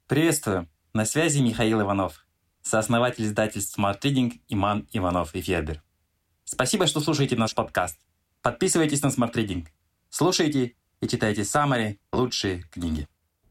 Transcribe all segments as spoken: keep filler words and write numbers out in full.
Приветствую! На связи Михаил Иванов, сооснователь издательств Smart Reading Иман Иванов и Федер. Спасибо, что слушаете наш подкаст. Подписывайтесь на Smart Reading. Слушайте и читайте самые лучшие книги.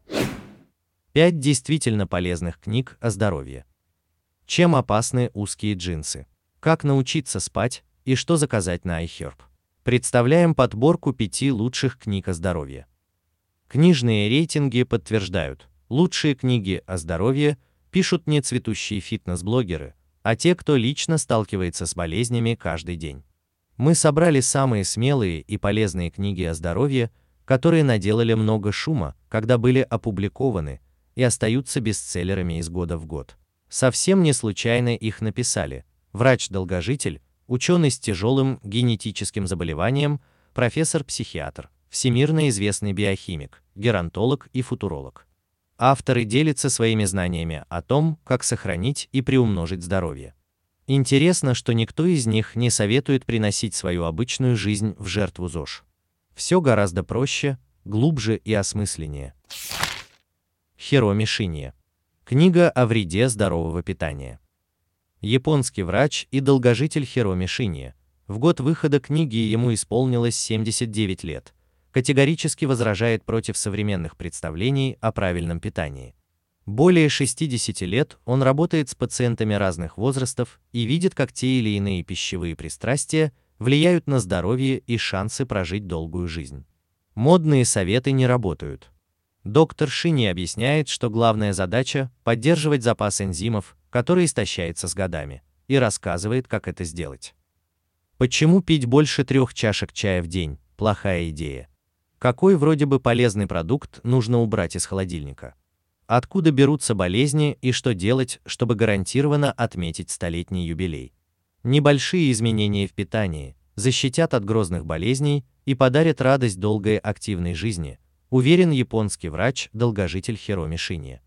Пять действительно полезных книг о здоровье. Чем опасны узкие джинсы? Как научиться спать и что заказать на iHerb? Представляем подборку пяти лучших книг о здоровье. Книжные рейтинги подтверждают, лучшие книги о здоровье пишут не цветущие фитнес-блогеры, а те, кто лично сталкивается с болезнями каждый день. Мы собрали самые смелые и полезные книги о здоровье, которые наделали много шума, когда были опубликованы, и остаются бестселлерами из года в год. Совсем не случайно их написали врач-долгожитель, ученый с тяжелым генетическим заболеванием, профессор-психиатр, всемирно известный биохимик, геронтолог и футуролог. Авторы делятся своими знаниями о том, как сохранить и приумножить здоровье. Интересно, что никто из них не советует приносить свою обычную жизнь в жертву ЗОЖ. Все гораздо проще, глубже и осмысленнее. Хироми Шинье. Книга о вреде здорового питания. Японский врач и долгожитель Хироми Шинье. В год выхода книги ему исполнилось семьдесят девять лет. Категорически возражает против современных представлений о правильном питании. Более шестидесяти лет он работает с пациентами разных возрастов и видит, как те или иные пищевые пристрастия влияют на здоровье и шансы прожить долгую жизнь. Модные советы не работают. Доктор Шинье объясняет, что главная задача – поддерживать запас энзимов, который истощается с годами, и рассказывает, как это сделать. Почему пить больше трех чашек чая в день – плохая идея? Какой вроде бы полезный продукт нужно убрать из холодильника? Откуда берутся болезни и что делать, чтобы гарантированно отметить столетний юбилей? Небольшие изменения в питании защитят от грозных болезней и подарят радость долгой активной жизни, уверен японский врач-долгожитель Хироми Шинье.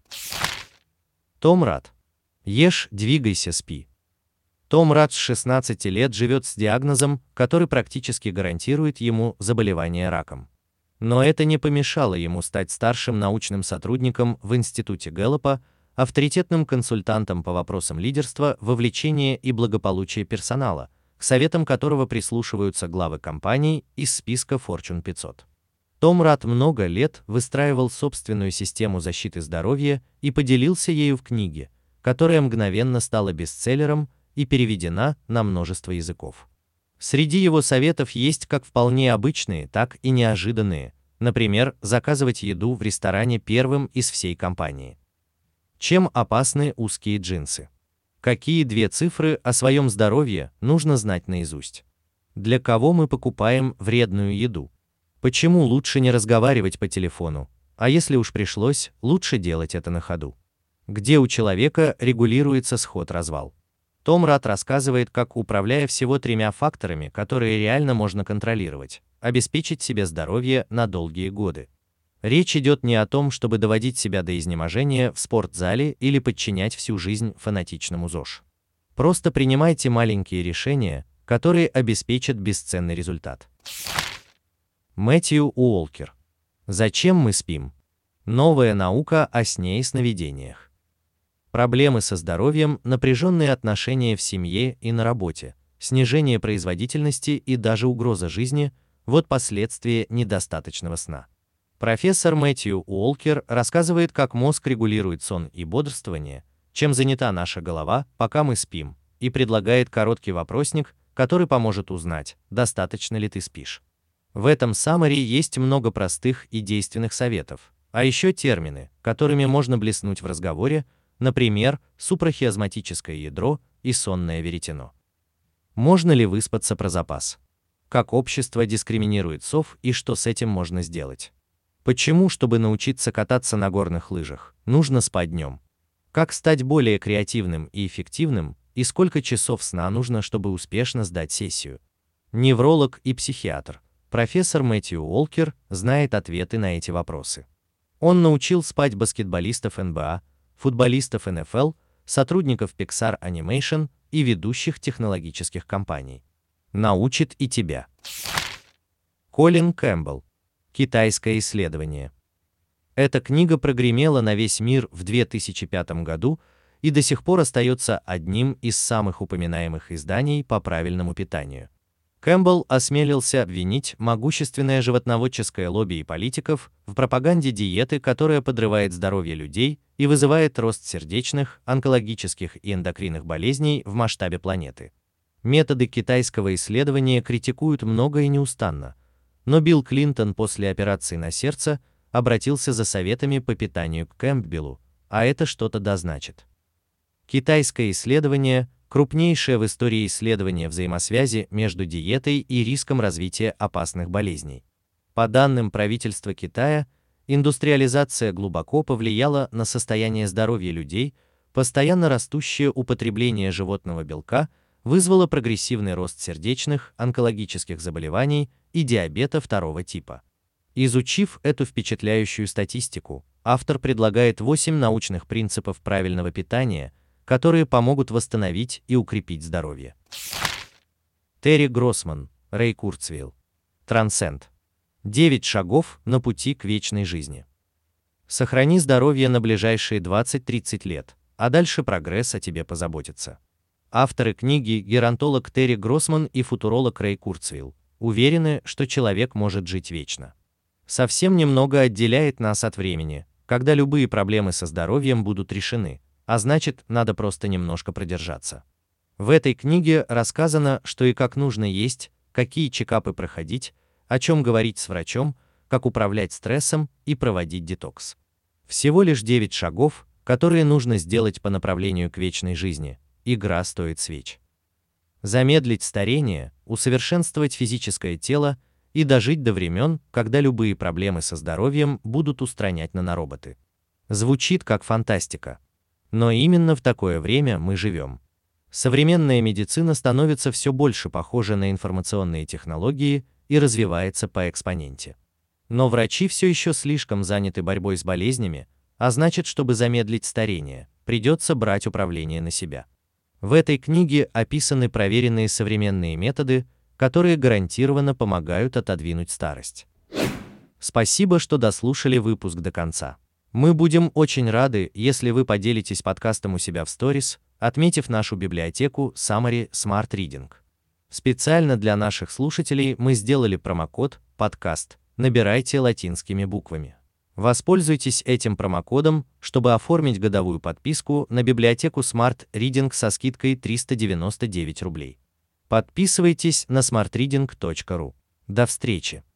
Том Рад. Ешь, двигайся, спи. Том Рад с шестнадцати лет живет с диагнозом, который практически гарантирует ему заболевание раком. Но это не помешало ему стать старшим научным сотрудником в Институте Гэллопа, авторитетным консультантом по вопросам лидерства, вовлечения и благополучия персонала, к советам которого прислушиваются главы компаний из списка Fortune пятьсот. Том Рад много лет выстраивал собственную систему защиты здоровья и поделился ею в книге, которая мгновенно стала бестселлером и переведена на множество языков. Среди его советов есть как вполне обычные, так и неожиданные, например, заказывать еду в ресторане первым из всей компании. Чем опасны узкие джинсы? Какие две цифры о своем здоровье нужно знать наизусть? Для кого мы покупаем вредную еду? Почему лучше не разговаривать по телефону, а если уж пришлось, лучше делать это на ходу? Где у человека регулируется сход-развал? Том Рад рассказывает, как, управляя всего тремя факторами, которые реально можно контролировать, обеспечить себе здоровье на долгие годы. Речь идет не о том, чтобы доводить себя до изнеможения в спортзале или подчинять всю жизнь фанатичному ЗОЖ. Просто принимайте маленькие решения, которые обеспечат бесценный результат. Мэтью Уолкер. Зачем мы спим? Новая наука о сне и сновидениях. Проблемы со здоровьем, напряженные отношения в семье и на работе, снижение производительности и даже угроза жизни – вот последствия недостаточного сна. Профессор Мэтью Уолкер рассказывает, как мозг регулирует сон и бодрствование, чем занята наша голова, пока мы спим, и предлагает короткий вопросник, который поможет узнать, достаточно ли ты спишь. В этом саммари есть много простых и действенных советов, а еще термины, которыми можно блеснуть в разговоре, например, супрахиазматическое ядро и сонное веретено. Можно ли выспаться про запас? Как общество дискриминирует сов и что с этим можно сделать? Почему, чтобы научиться кататься на горных лыжах, нужно спать днем? Как стать более креативным и эффективным, и сколько часов сна нужно, чтобы успешно сдать сессию? Невролог и психиатр, профессор Мэтью Уолкер знает ответы на эти вопросы. Он научил спать баскетболистов эн бэ а, футболистов эн эф эл, сотрудников Pixar Animation и ведущих технологических компаний. Научит и тебя. Колин Кэмпбелл. Китайское исследование. Эта книга прогремела на весь мир в две тысячи пятом году и до сих пор остается одним из самых упоминаемых изданий по правильному питанию. Кэмпбелл осмелился обвинить могущественное животноводческое лобби и политиков в пропаганде диеты, которая подрывает здоровье людей и вызывает рост сердечных, онкологических и эндокринных болезней в масштабе планеты. Методы китайского исследования критикуют много и неустанно, но Билл Клинтон после операции на сердце обратился за советами по питанию к Кэмпбеллу, а это что-то да значит. Китайское исследование – крупнейшее в истории исследование взаимосвязи между диетой и риском развития опасных болезней. По данным правительства Китая, индустриализация глубоко повлияла на состояние здоровья людей, постоянно растущее употребление животного белка вызвало прогрессивный рост сердечных, онкологических заболеваний и диабета второго типа. Изучив эту впечатляющую статистику, автор предлагает восемь научных принципов правильного питания, которые помогут восстановить и укрепить здоровье. Терри Гроссман, Рэй Курцвейл. Трансценд. девять шагов на пути к вечной жизни. Сохрани здоровье на ближайшие двадцать-тридцать лет, а дальше прогресс о тебе позаботится. Авторы книги, геронтолог Терри Гроссман и футуролог Рэй Курцвейл, уверены, что человек может жить вечно. Совсем немного отделяет нас от времени, когда любые проблемы со здоровьем будут решены, а значит, надо просто немножко продержаться. В этой книге рассказано, что и как нужно есть, какие чекапы проходить, о чем говорить с врачом, как управлять стрессом и проводить детокс. Всего лишь девять шагов, которые нужно сделать по направлению к вечной жизни. Игра стоит свеч. Замедлить старение, усовершенствовать физическое тело и дожить до времен, когда любые проблемы со здоровьем будут устранять нанороботы. Звучит как фантастика. Но именно в такое время мы живем. Современная медицина становится все больше похожа на информационные технологии и развивается по экспоненте. Но врачи все еще слишком заняты борьбой с болезнями, а значит, чтобы замедлить старение, придется брать управление на себя. В этой книге описаны проверенные современные методы, которые гарантированно помогают отодвинуть старость. Спасибо, что дослушали выпуск до конца. Мы будем очень рады, если вы поделитесь подкастом у себя в сторис, отметив нашу библиотеку Summary Smart Reading. Специально для наших слушателей мы сделали промокод «Подкаст». Набирайте латинскими буквами. Воспользуйтесь этим промокодом, чтобы оформить годовую подписку на библиотеку Smart Reading со скидкой триста девяносто девять рублей. Подписывайтесь на смарт ридинг точка ру. До встречи!